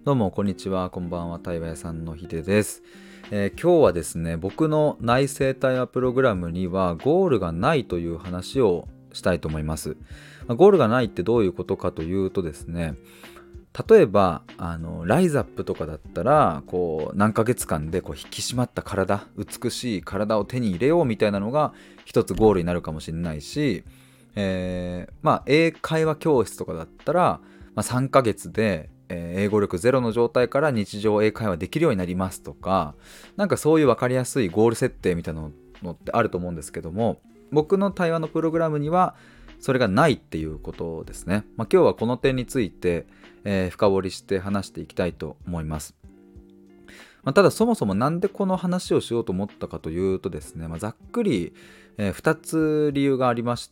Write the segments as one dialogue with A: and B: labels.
A: どうもこんにちは、こんばんは。対話屋さんのひでです。今日はですね、僕の内製対話プログラムにはゴールがないという話をしたいと思います。ゴールがないってどういうことかというとですね、例えばライザップとかだったら何ヶ月間で引き締まった体、美しい体を手に入れようみたいなのが一つゴールになるかもしれないし、英会話教室とかだったら、3ヶ月で英語力ゼロの状態から日常英会話できるようになりますとか、なんかそういう分かりやすいゴール設定みたいなのってあると思うんですけども、僕の対話のプログラムにはそれがないっていうことですね。今日はこの点について、深掘りして話していきたいと思います。ただそもそもなんでこの話をしようと思ったかというとですね、ざっくり、2つ理由がありまして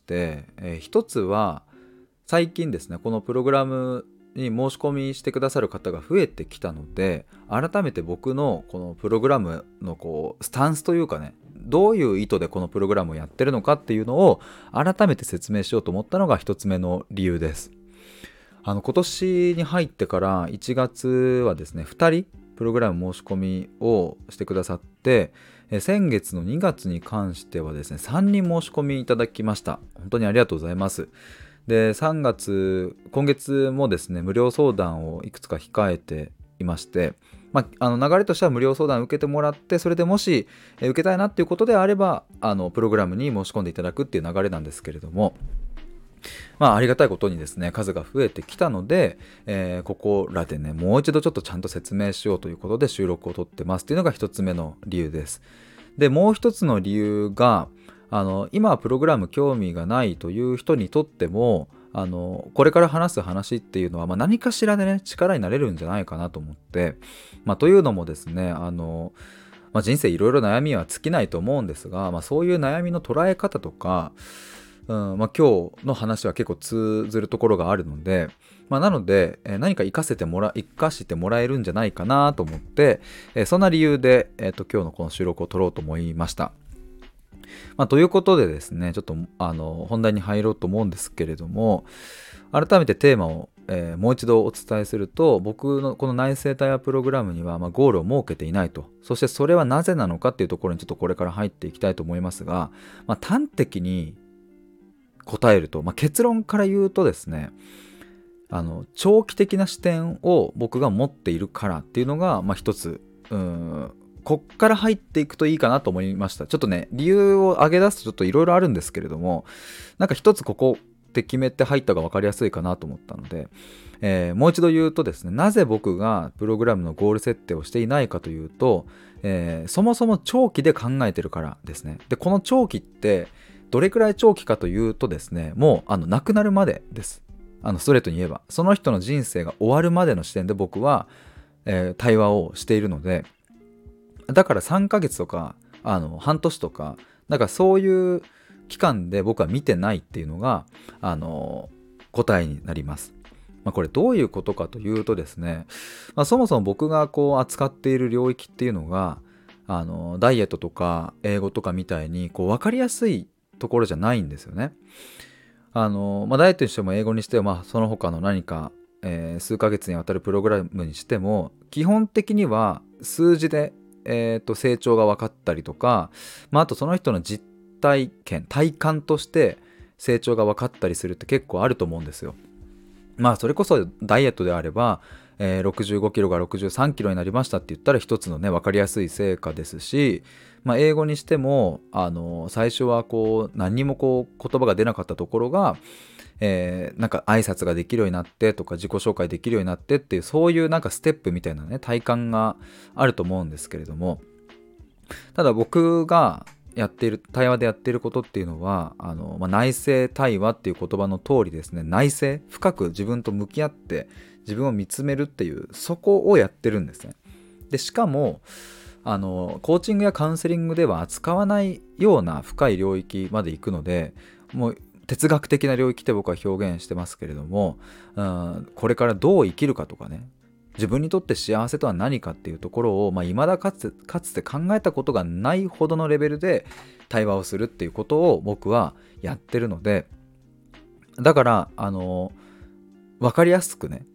A: 、1つは最近ですね、このプログラムに申し込みしてくださる方が増えてきたので、改めて僕のこのプログラムのスタンスというかね、どういう意図でこのプログラムをやってるのかっていうのを改めて説明しようと思ったのが一つ目の理由です。今年に入ってから1月はですね、2人プログラム申し込みをしてくださって、先月の2月に関してはですね、3人申し込みいただきました。本当にありがとうございます。で、今月もですね、無料相談をいくつか控えていまして、流れとしては無料相談を受けてもらって、それでもし、受けたいなっていうことであればプログラムに申し込んでいただくっていう流れなんですけれども、ありがたいことにですね、数が増えてきたので、ここらでね、もう一度ちょっとちゃんと説明しようということで収録を撮ってますっていうのが一つ目の理由です。で、もう一つの理由が、今はプログラム興味がないという人にとっても、これから話す話っていうのは、何かしらでね、力になれるんじゃないかなと思って、というのもですね、人生いろいろ悩みは尽きないと思うんですが、そういう悩みの捉え方とか、今日の話は結構通ずるところがあるので、なので、何か活かしてもらえるんじゃないかなと思って、そんな理由で、今日のこの収録を撮ろうと思いました。ということでですね、ちょっと本題に入ろうと思うんですけれども、改めてテーマを、もう一度お伝えすると、僕のこの内製対話プログラムには、ゴールを設けていないと。そしてそれはなぜなのかっていうところにちょっとこれから入っていきたいと思いますが、端的に答えると、結論から言うとですね、長期的な視点を僕が持っているからっていうのが、一つこっから入っていくといいかなと思いました。ちょっとね、理由を挙げ出すとちょっといろいろあるんですけれども、なんか一つここって決めて入った方が分かりやすいかなと思ったので、もう一度言うとですね、なぜ僕がプログラムのゴール設定をしていないかというと、そもそも長期で考えてるからですね。で、この長期ってどれくらい長期かというとですね、もう亡くなるまでです。ストレートに言えば、その人の人生が終わるまでの視点で僕は、対話をしているので、だから3ヶ月とか半年とか、なんかそういう期間で僕は見てないっていうのが答えになります。これどういうことかというとですね、そもそも僕が扱っている領域っていうのがダイエットとか英語とかみたいに分かりやすいところじゃないんですよね。ダイエットにしても英語にしても、その他の何か、数ヶ月にわたるプログラムにしても基本的には数字で、成長が分かったりとか、あとその人の実体感として成長が分かったりするって結構あると思うんですよ。それこそダイエットであれば、65キロが63キロになりましたって言ったら一つのね分かりやすい成果ですし、英語にしても最初は何にも言葉が出なかったところが、なんか挨拶ができるようになってとか自己紹介できるようになってっていう、そういうなんかステップみたいなね体感があると思うんですけれども、ただ僕が対話でやっていることっていうのは内省対話っていう言葉の通りですね、内省、深く自分と向き合って自分を見つめるっていう、そこをやってるんですね。でしかもコーチングやカウンセリングでは扱わないような深い領域まで行くので、もう哲学的な領域って僕は表現してますけれども、これからどう生きるかとかね、自分にとって幸せとは何かっていうところを、未だかつて考えたことがないほどのレベルで対話をするっていうことを僕はやってるので、だから分かりやすくね、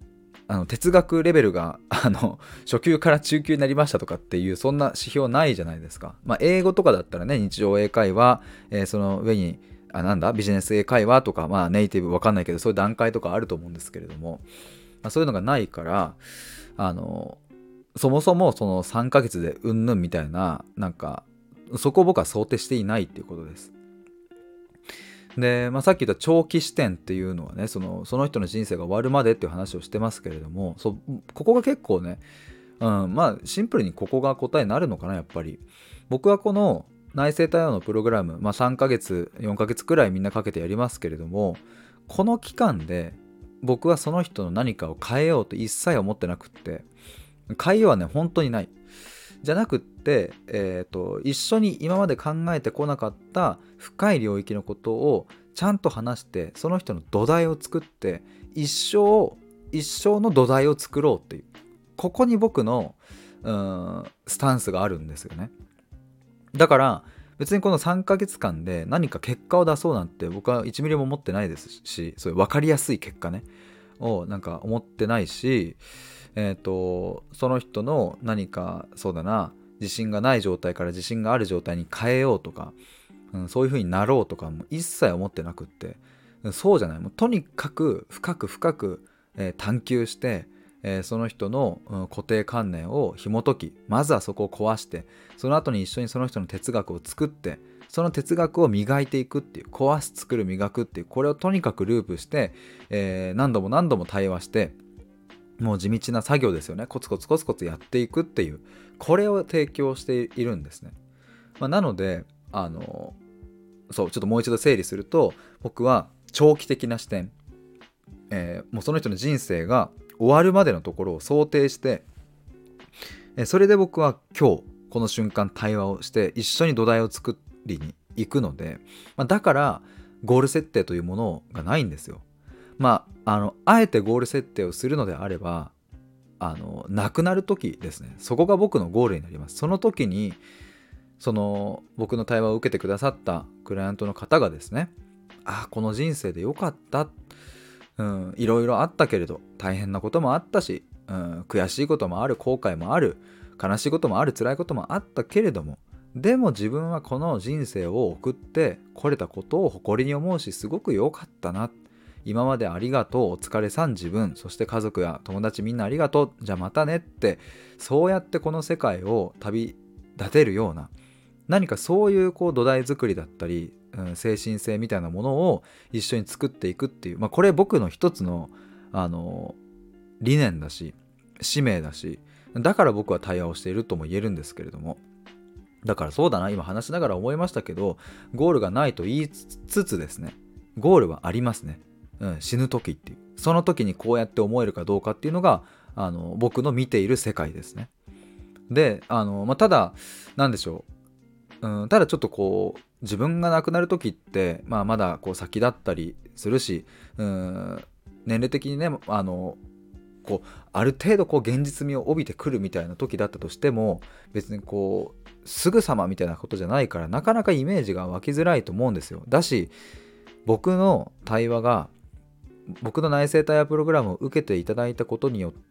A: 哲学レベルが初級から中級になりましたとかっていうそんな指標ないじゃないですか。英語とかだったらね、日常英会話、その上にビジネス英会話とか、ネイティブわかんないけどそういう段階とかあると思うんですけれども、そういうのがないからそもそもその3ヶ月でうんぬんみたいな、そこを僕は想定していないっていうことです。で、さっき言った長期視点っていうのはね、その人の人生が終わるまでっていう話をしてますけれども、ここが結構ね、シンプルにここが答えになるのかな、やっぱり。僕はこの内製対応のプログラム、3ヶ月4ヶ月くらいみんなかけてやりますけれども、この期間で僕はその人の何かを変えようと一切思ってなくって、変えようはね本当にない。じゃなくって、一緒に今まで考えてこなかった深い領域のことをちゃんと話して、その人の土台を作って、一生の土台を作ろうっていう、ここに僕のスタンスがあるんですよね。だから別にこの3ヶ月間で何か結果を出そうなんて僕は1ミリも思ってないですし、そういう分かりやすい結果ねを思ってないし、その人の何かそうだな、自信がない状態から自信がある状態に変えようとか、そういう風になろうとかも一切思ってなくって、そうじゃない、もうとにかく深く深く、探求して、その人の、固定観念を紐解き、まずはそこを壊して、その後に一緒にその人の哲学を作って、その哲学を磨いていくっていう、壊す、作る、磨くっていう、これをとにかくループして、何度も何度も対話して、もう地道な作業ですよね。コツコツコツコツやっていくっていう、これを提供しているんですね。なのでちょっともう一度整理すると、僕は長期的な視点、もうその人の人生が終わるまでのところを想定して、それで僕は今日この瞬間対話をして一緒に土台を作りに行くので、だからゴール設定というものがないんですよ。あえてゴール設定をするのであれば、亡くなる時ですね、そこが僕のゴールになります。その時に僕の対話を受けてくださったクライアントの方がですね、この人生でよかった、いろいろあったけれど大変なこともあったし、悔しいこともある、後悔もある、悲しいこともある、辛いこともあったけれども、でも自分はこの人生を送ってこれたことを誇りに思うし、すごく良かったな、今までありがとう、お疲れさん自分、そして家族や友達みんなありがとう、じゃあまたねって、そうやってこの世界を旅立てるような、何かそういう土台作りだったり、精神性みたいなものを一緒に作っていくっていう、これ僕の一つの理念だし使命だし、だから僕は対話をしているとも言えるんですけれども、だからそうだな、今話しながら思いましたけど、ゴールがないと言いつつですね、ゴールはありますね。死ぬ時っていう、その時にこうやって思えるかどうかっていうのが僕の見ている世界ですね。でただなんでしょう、ただちょっと自分が亡くなる時って、まだ先だったりするし、年齢的にねある程度現実味を帯びてくるみたいな時だったとしても、別にすぐさまみたいなことじゃないから、なかなかイメージが湧きづらいと思うんですよ。だし僕の対話が、僕の内製対話プログラムを受けていただいたことによって、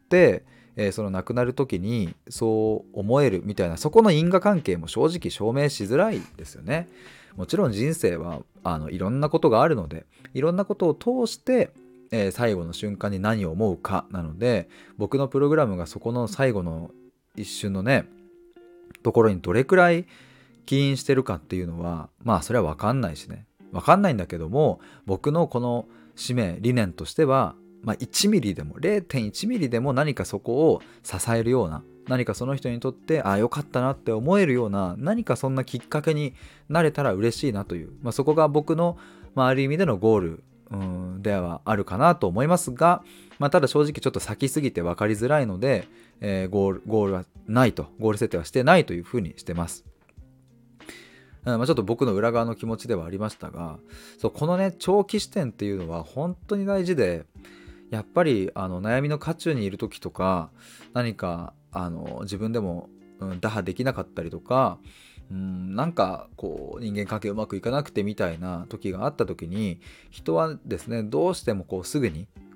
A: その亡くなる時にそう思えるみたいな、そこの因果関係も正直証明しづらいですよね。もちろん人生はいろんなことがあるので、いろんなことを通して、最後の瞬間に何を思うかなので、僕のプログラムがそこの最後の一瞬のねところにどれくらい起因してるかっていうのは、それは分かんないしね、分かんないんだけども、僕のこの使命理念としては、1ミリでも 0.1 ミリでも何かそこを支えるような、何かその人にとって良かったなって思えるような、何かそんなきっかけになれたら嬉しいなという、そこが僕の、ある意味でのゴールではあるかなと思いますが、ただ正直ちょっと先すぎて分かりづらいので、ゴールはないと、ゴール設定はしてないというふうにしてます。ちょっと僕の裏側の気持ちではありましたが、このね長期視点っていうのは本当に大事で、やっぱり悩みの渦中にいる時とか、何か自分でも、打破できなかったりとか、人間関係うまくいかなくてみたいな時があった時に、人はですねどうしてもすぐに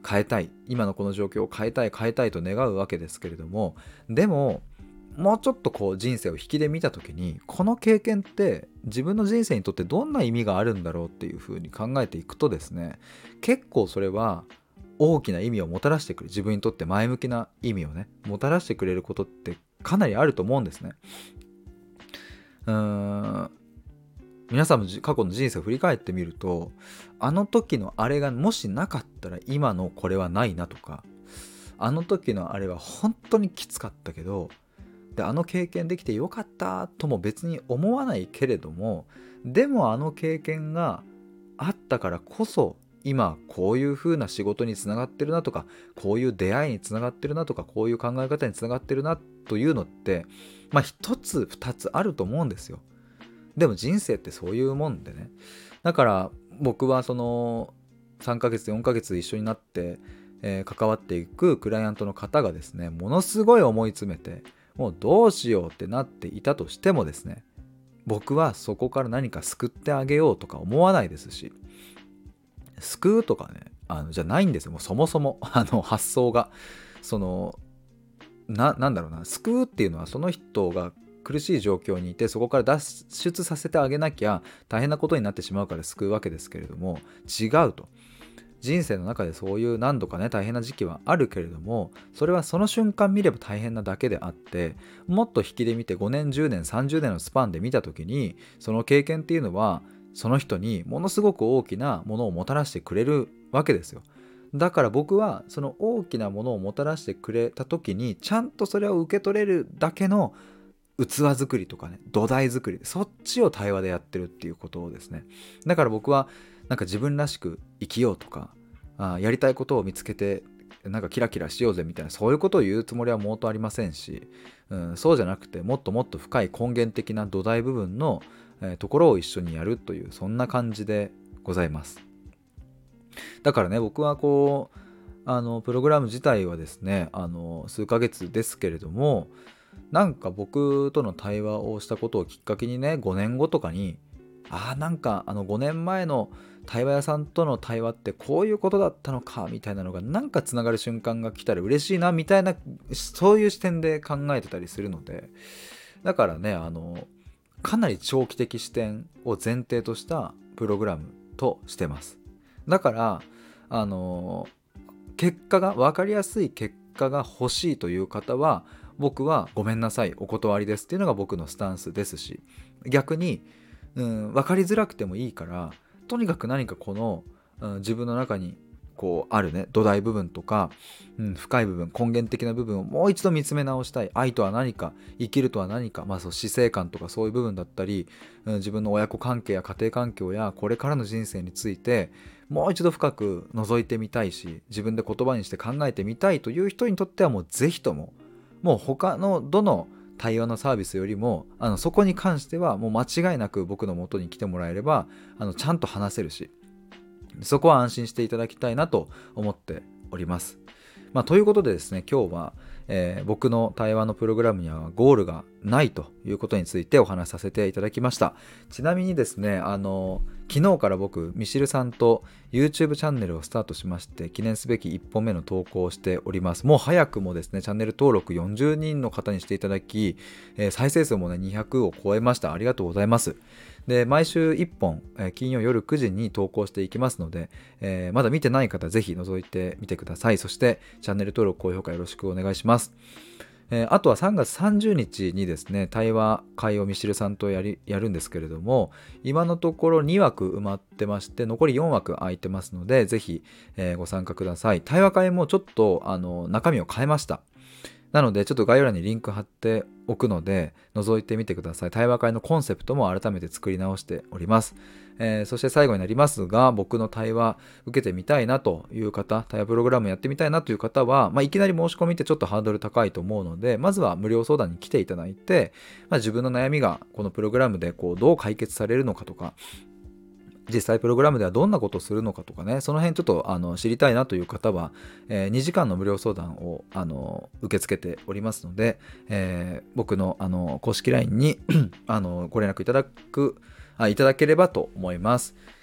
A: 変えたい、今のこの状況を変えたいと願うわけですけれども、でももうちょっとこう人生を引きで見た時に、この経験って自分の人生にとってどんな意味があるんだろうっていうふうに考えていくとですね、結構それは大きな意味をもたらしてくる、自分にとって前向きな意味をねもたらしてくれることってかなりあると思うんですね。皆さんも過去の人生を振り返ってみると、あの時のあれがもしなかったら今のこれはないなとか、あの時のあれは本当にきつかったけど、であの経験できてよかったとも別に思わないけれども、でもあの経験があったからこそ今こういう風な仕事につながってるなとか、こういう出会いにつながってるなとか、こういう考え方につながってるなというのって、一つ二つあると思うんですよ。でも人生ってそういうもんでね。だから僕はその3ヶ月4ヶ月一緒になって、関わっていくクライアントの方がですね、ものすごい思い詰めて、もうどうしようってなっていたとしてもですね、僕はそこから何か救ってあげようとか思わないですし、救うとかねじゃないんですよ。もうそもそも発想がそのなんだろうな、救うっていうのはその人が苦しい状況にいて、そこから脱出させてあげなきゃ大変なことになってしまうから救うわけですけれども、違うと。人生の中でそういう何度かね大変な時期はあるけれども、それはその瞬間見れば大変なだけであって、もっと引きで見て5年10年30年のスパンで見た時に、その経験っていうのはその人にものすごく大きなものをもたらしてくれるわけですよ。だから僕はその大きなものをもたらしてくれた時に、ちゃんとそれを受け取れるだけの器作りとかね、土台作り、そっちを対話でやってるっていうことをですね。だから僕はなんか自分らしく生きようとか、やりたいことを見つけてなんかキラキラしようぜみたいな、そういうことを言うつもりは毛頭ありませんし、そうじゃなくてもっともっと深い根源的な土台部分の、ところを一緒にやるという、そんな感じでございます。だからね、僕はこうプログラム自体はですね数ヶ月ですけれども、なんか僕との対話をしたことをきっかけにね、5年後とかになんか5年前の対話屋さんとの対話ってこういうことだったのかみたいなのがなんかつながる瞬間が来たら嬉しいなみたいな、そういう視点で考えてたりするので、だからねかなり長期的視点を前提としたプログラムとしてます。だから結果が分かりやすい結果が欲しいという方は、僕はごめんなさいお断りですっていうのが僕のスタンスですし、逆に分かりづらくてもいいから、とにかく何かこの、自分の中にこうあるね土台部分とか、深い部分、根源的な部分をもう一度見つめ直したい。愛とは何か、生きるとは何か、そう死生観とかそういう部分だったり、自分の親子関係や家庭環境やこれからの人生についてもう一度深く覗いてみたいし、自分で言葉にして考えてみたいという人にとっては、もうぜひとももう他のどの対話のサービスよりもそこに関してはもう間違いなく僕の元に来てもらえればちゃんと話せるし、そこは安心していただきたいなと思っております。ということでですね、今日は、僕の対話のプログラムにはゴールがないということについてお話しさせていただきました。ちなみにですね、昨日から僕ミシルさんと YouTube チャンネルをスタートしまして、記念すべき1本目の投稿をしております。もう早くもですねチャンネル登録40人の方にしていただき、再生数もね200を超えました。ありがとうございます。で毎週1本、金曜夜9時に投稿していきますので、まだ見てない方ぜひ覗いてみてください。そしてチャンネル登録高評価よろしくお願いします。あとは3月30日にですね対話会をミシルさんとやるんですけれども、今のところ2枠埋まってまして、残り4枠空いてますので、ぜひ、ご参加ください。対話会もちょっと中身を変えました。なのでちょっと概要欄にリンク貼っておくので覗いてみてください。対話会のコンセプトも改めて作り直しております。そして最後になりますが、僕の対話受けてみたいなという方、対話プログラムやってみたいなという方は、いきなり申し込みってちょっとハードル高いと思うので、まずは無料相談に来ていただいて、自分の悩みがこのプログラムでどう解決されるのかとか、実際プログラムではどんなことをするのかとかね、その辺ちょっと知りたいなという方は、2時間の無料相談を受け付けておりますので、僕の公式 LINE にご連絡いただければと思います。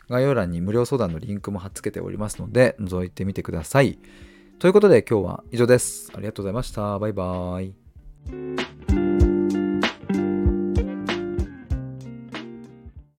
A: 概要欄に無料相談のリンクも貼っ付けておりますので、覗いてみてください。ということで今日は以上です。ありがとうございました。バイバーイ。